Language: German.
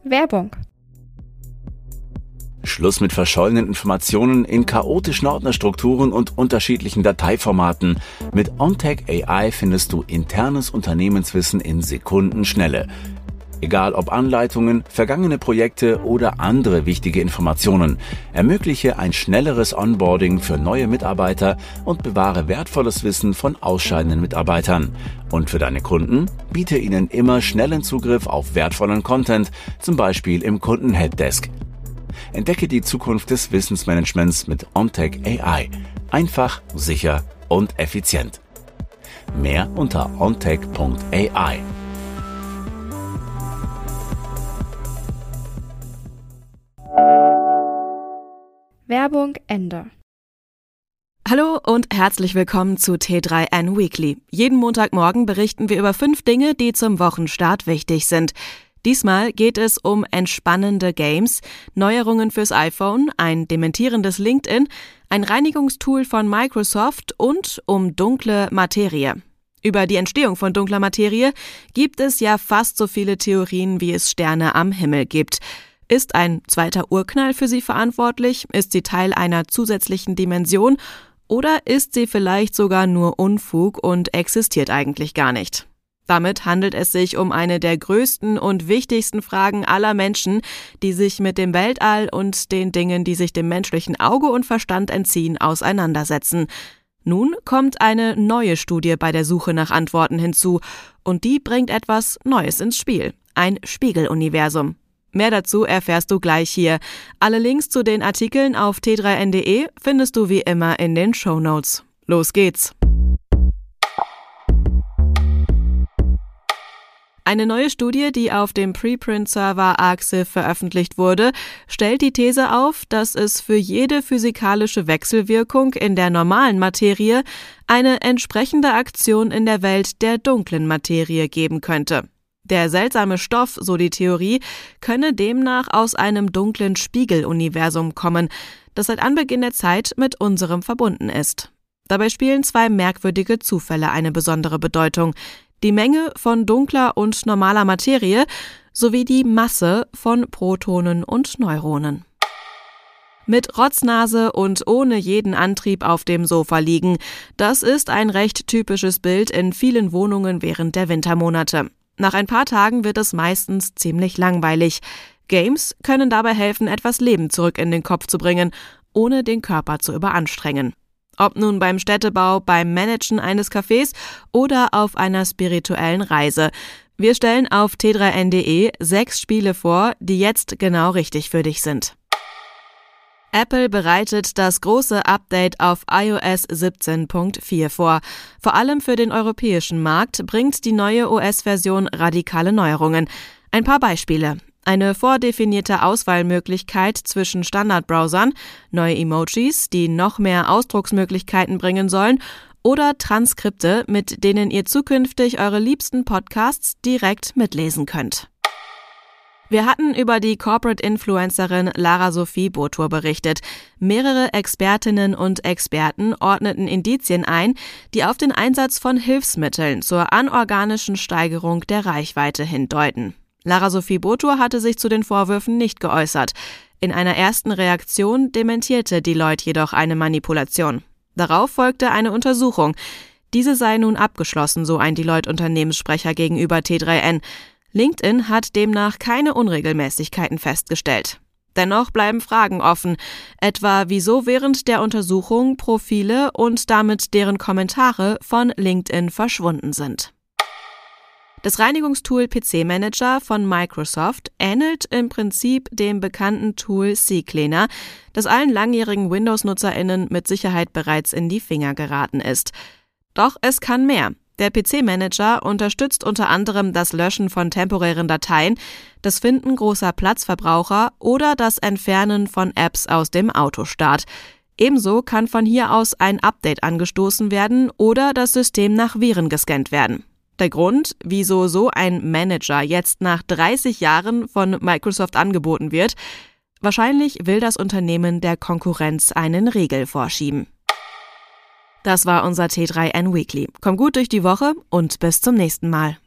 Werbung. Schluss mit verschollenen Informationen in chaotischen Ordnerstrukturen und unterschiedlichen Dateiformaten. Mit OnTech AI findest du internes Unternehmenswissen in Sekundenschnelle. Egal ob Anleitungen, vergangene Projekte oder andere wichtige Informationen, ermögliche ein schnelleres Onboarding für neue Mitarbeiter und bewahre wertvolles Wissen von ausscheidenden Mitarbeitern. Und für deine Kunden biete ihnen immer schnellen Zugriff auf wertvollen Content, zum Beispiel im Kunden-Helpdesk. Entdecke die Zukunft des Wissensmanagements mit OnTech AI. Einfach, sicher und effizient. Mehr unter ontech.ai. Werbung Ende. Hallo und herzlich willkommen zu T3N Weekly. Jeden Montagmorgen berichten wir über 5 Dinge, die zum Wochenstart wichtig sind. Diesmal geht es um entspannende Games, Neuerungen fürs iPhone, ein dementierendes LinkedIn, ein Reinigungstool von Microsoft und um dunkle Materie. Über die Entstehung von dunkler Materie gibt es ja fast so viele Theorien, wie es Sterne am Himmel gibt. Ist ein zweiter Urknall für sie verantwortlich? Ist sie Teil einer zusätzlichen Dimension? Oder ist sie vielleicht sogar nur Unfug und existiert eigentlich gar nicht? Damit handelt es sich um eine der größten und wichtigsten Fragen aller Menschen, die sich mit dem Weltall und den Dingen, die sich dem menschlichen Auge und Verstand entziehen, auseinandersetzen. Nun kommt eine neue Studie bei der Suche nach Antworten hinzu und die bringt etwas Neues ins Spiel, ein Spiegeluniversum. Mehr dazu erfährst du gleich hier. Alle Links zu den Artikeln auf t3n.de findest du wie immer in den Shownotes. Los geht's! Eine neue Studie, die auf dem Preprint-Server Arxiv veröffentlicht wurde, stellt die These auf, dass es für jede physikalische Wechselwirkung in der normalen Materie eine entsprechende Aktion in der Welt der dunklen Materie geben könnte. Der seltsame Stoff, so die Theorie, könne demnach aus einem dunklen Spiegeluniversum kommen, das seit Anbeginn der Zeit mit unserem verbunden ist. Dabei spielen 2 merkwürdige Zufälle eine besondere Bedeutung: die Menge von dunkler und normaler Materie sowie die Masse von Protonen und Neuronen. Mit Rotznase und ohne jeden Antrieb auf dem Sofa liegen, das ist ein recht typisches Bild in vielen Wohnungen während der Wintermonate. Nach ein paar Tagen wird es meistens ziemlich langweilig. Games können dabei helfen, etwas Leben zurück in den Kopf zu bringen, ohne den Körper zu überanstrengen. Ob nun beim Städtebau, beim Managen eines Cafés oder auf einer spirituellen Reise. Wir stellen auf t3n.de 6 Spiele vor, die jetzt genau richtig für dich sind. Apple bereitet das große Update auf iOS 17.4 vor. Vor allem für den europäischen Markt bringt die neue OS-Version radikale Neuerungen. Ein paar Beispiele: eine vordefinierte Auswahlmöglichkeit zwischen Standardbrowsern, neue Emojis, die noch mehr Ausdrucksmöglichkeiten bringen sollen, oder Transkripte, mit denen ihr zukünftig eure liebsten Podcasts direkt mitlesen könnt. Wir hatten über die Corporate-Influencerin Lara Sophie Botur berichtet. Mehrere Expertinnen und Experten ordneten Indizien ein, die auf den Einsatz von Hilfsmitteln zur anorganischen Steigerung der Reichweite hindeuten. Lara Sophie Botur hatte sich zu den Vorwürfen nicht geäußert. In einer ersten Reaktion dementierte Deloitte jedoch eine Manipulation. Darauf folgte eine Untersuchung. Diese sei nun abgeschlossen, so ein Deloitte-Unternehmenssprecher gegenüber T3N. LinkedIn hat demnach keine Unregelmäßigkeiten festgestellt. Dennoch bleiben Fragen offen, etwa wieso während der Untersuchung Profile und damit deren Kommentare von LinkedIn verschwunden sind. Das Reinigungstool PC Manager von Microsoft ähnelt im Prinzip dem bekannten Tool CCleaner, das allen langjährigen Windows-NutzerInnen mit Sicherheit bereits in die Finger geraten ist. Doch es kann mehr. Der PC-Manager unterstützt unter anderem das Löschen von temporären Dateien, das Finden großer Platzverbraucher oder das Entfernen von Apps aus dem Autostart. Ebenso kann von hier aus ein Update angestoßen werden oder das System nach Viren gescannt werden. Der Grund, wieso so ein Manager jetzt nach 30 Jahren von Microsoft angeboten wird: wahrscheinlich will das Unternehmen der Konkurrenz einen Riegel vorschieben. Das war unser T3N Weekly. Komm gut durch die Woche und bis zum nächsten Mal.